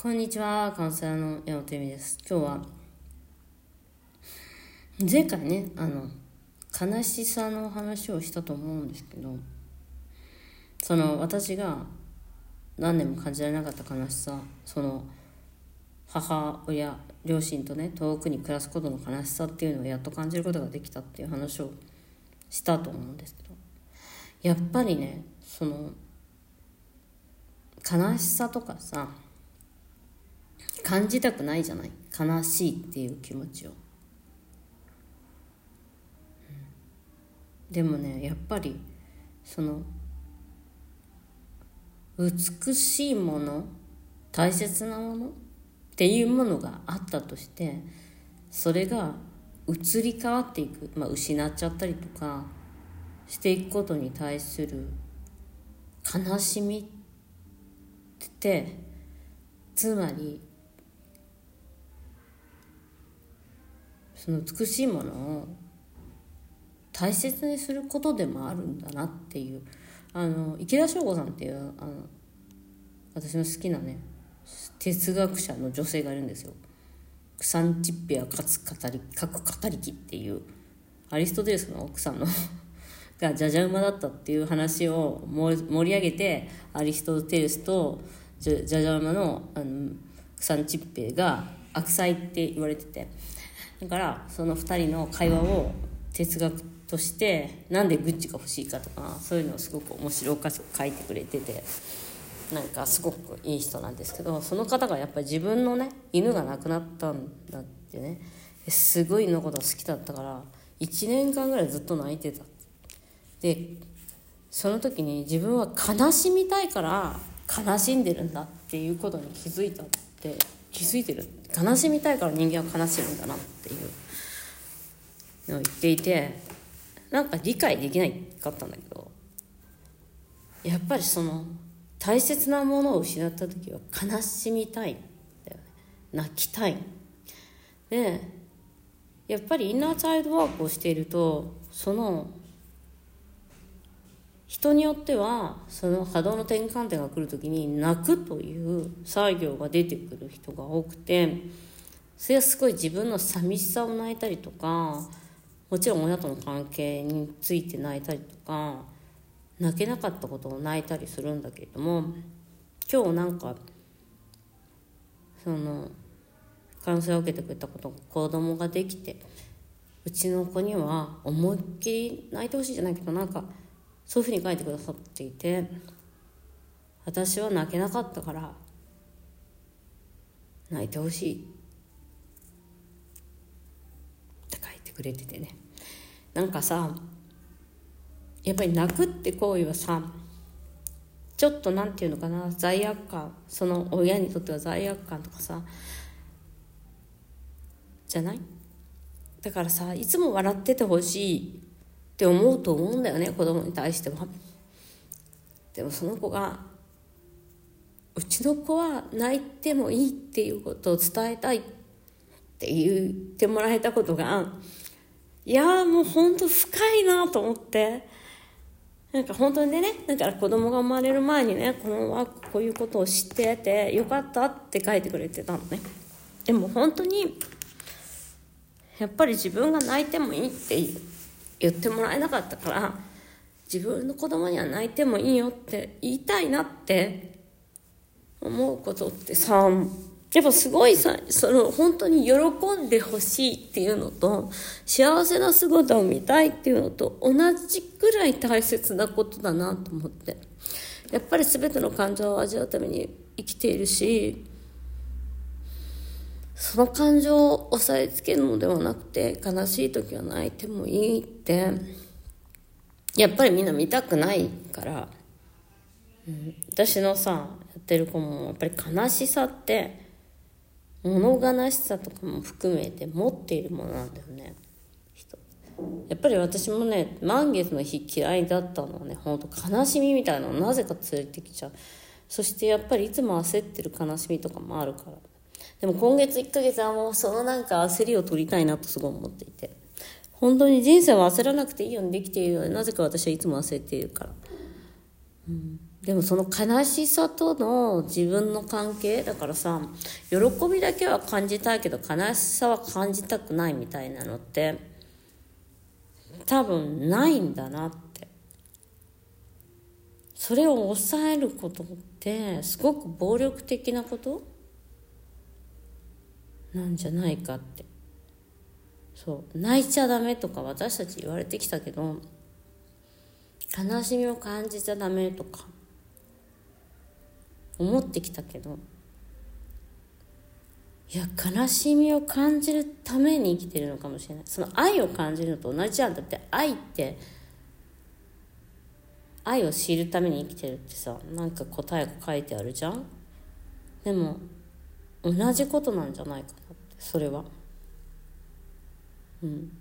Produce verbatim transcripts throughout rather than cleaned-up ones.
こんにちは、カウンセラーの山本由美です。今日は前回ね、あの悲しさの話をしたと思うんですけど、その私が何年も感じられなかった悲しさ、その母親両親とね遠くに暮らすことの悲しさっていうのをやっと感じることができたっていう話をしたと思うんですけど、やっぱりね、その悲しさとかさ感じたくないじゃない、悲しいっていう気持ちを、うん、でもね、やっぱりその美しいもの、大切なものっていうものがあったとして、それが移り変わっていく、まあ、失っちゃったりとかしていくことに対する悲しみってつまりその美しいものを大切にすることでもあるんだなっていう、あの池田翔子さんっていうあの私の好きなね哲学者の女性がいるんですよ。クサンチッペアかつ語りかく語りきっていうアリストテレスの奥さんのがじゃじゃ馬だったっていう話を盛り上げて、アリストテレスとじゃじゃ馬の、あのクサンチッペアが悪妻って言われてて、だからそのふたりの会話を哲学としてなんでグッチが欲しいかとか、そういうのをすごく面白く書いてくれてて、なんかすごくいい人なんですけど、その方がやっぱり自分のね犬が亡くなったんだってね、すごいのことが好きだったからいちねんかんぐらいずっと泣いてた。でその時に自分は悲しみたいから悲しんでるんだっていうことに気づいたって気づいてる悲しみたいから人間は悲しむんだなっていうのを言っていて、なんか理解できないかったんだけど、やっぱりその大切なものを失った時は悲しみたいんだよね、泣きたい。でやっぱりインナーチャイルドワークをしていると、その人によってはその波動の転換点が来るときに泣くという作業が出てくる人が多くて、それはすごい自分の寂しさを泣いたりとか、もちろん親との関係について泣いたりとか、泣けなかったことを泣いたりするんだけれども、今日なんかそのカウンセラーを受けてくれたこと、子供ができて、うちの子には思いっきり泣いてほしいじゃないけど、なんかそういうふうに書いてくださっていて、私は泣けなかったから泣いてほしいって書いてくれててね、なんかさ、やっぱり泣くって行為はさ、ちょっとなんていうのかな、罪悪感、その親にとっては罪悪感とかさじゃない。だからさ、いつも笑っててほしいって思うと思うんだよね、子供に対しては。でもその子が、うちの子は泣いてもいいっていうことを伝えたいって言ってもらえたことが、いやーもう本当深いなと思って、なんか本当にね、だから子供が生まれる前にね、このはこういうことを知っててよかったって書いてくれてたのね。でも本当にやっぱり自分が泣いてもいいって言ってもらえなかったから、自分の子供には泣いてもいいよって言いたいなって思うことってさ、やっぱすごいさ、その本当に喜んでほしいっていうのと幸せな姿を見たいっていうのと同じくらい大切なことだなと思って、やっぱり全ての感情を味わうために生きているし、その感情を抑えつけるのではなくて、悲しい時は泣いてもいいってやっぱりみんな見たくないから、うん、私のさやってる子もやっぱり悲しさって物悲しさとかも含めて持っているものなんだよね、人。やっぱり私もね、満月の日嫌いだったのはね、本当悲しみみたいなのをなぜか連れてきちゃう。そしてやっぱりいつも焦ってる悲しみとかもあるから。でも今月いっかげつはもうそのなんか焦りを取りたいなとすごい思っていて、本当に人生は焦らなくていいようにできているので、なぜか私はいつも焦っているから、うん、 でもその悲しさとの自分の関係だからさ、喜びだけは感じたいけど悲しさは感じたくないみたいなのって多分ないんだなって。それを抑えることってすごく暴力的なことなんじゃないかって。そう泣いちゃダメとか私たち言われてきたけど、悲しみを感じちゃダメとか思ってきたけど、いや悲しみを感じるために生きてるのかもしれない。その愛を感じるのと同じじゃん。だって愛って愛を知るために生きてるってさ、なんか答えが書いてあるじゃん。でも同じことなんじゃないかなって、それは。うん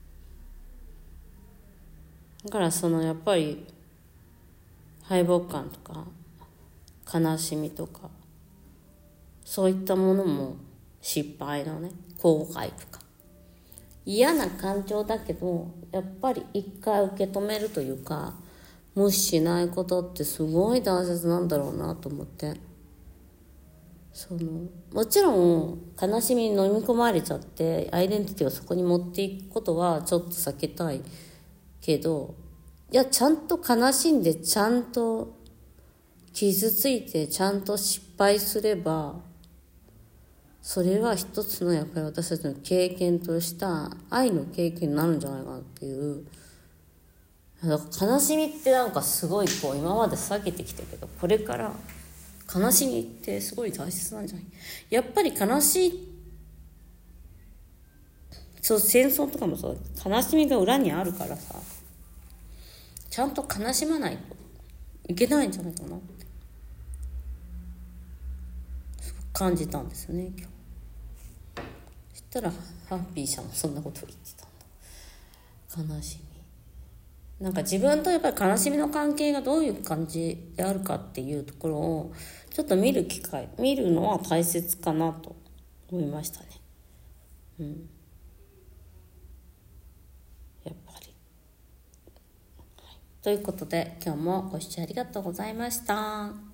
だからそのやっぱり敗北感とか悲しみとかそういったものも失敗のね、後悔とか嫌な感情だけど、やっぱり一回受け止めるというか無視しないことってすごい大切なんだろうなと思って。そのもちろん悲しみに飲み込まれちゃってアイデンティティをそこに持っていくことはちょっと避けたいけど、いやちゃんと悲しんでちゃんと傷ついてちゃんと失敗すれば、それは一つのやっぱり私たちの経験とした愛の経験になるんじゃないかなっていう。だから悲しみってなんかすごいこう今まで避けてきたけど、これから悲しみってすごい大切なんじゃない。やっぱり悲しい、そう戦争とかもそう悲しみが裏にあるからさ、ちゃんと悲しまないといけないんじゃないかなって感じたんですよね今日。そしたらハッピーさんもそんなことを言ってたんだ。悲しみなんか自分とやっぱり悲しみの関係がどういう感じであるかっていうところをちょっと見る機会見るのは大切かなと思いましたね。うんやっぱり、はい、ということで今日もご視聴ありがとうございました。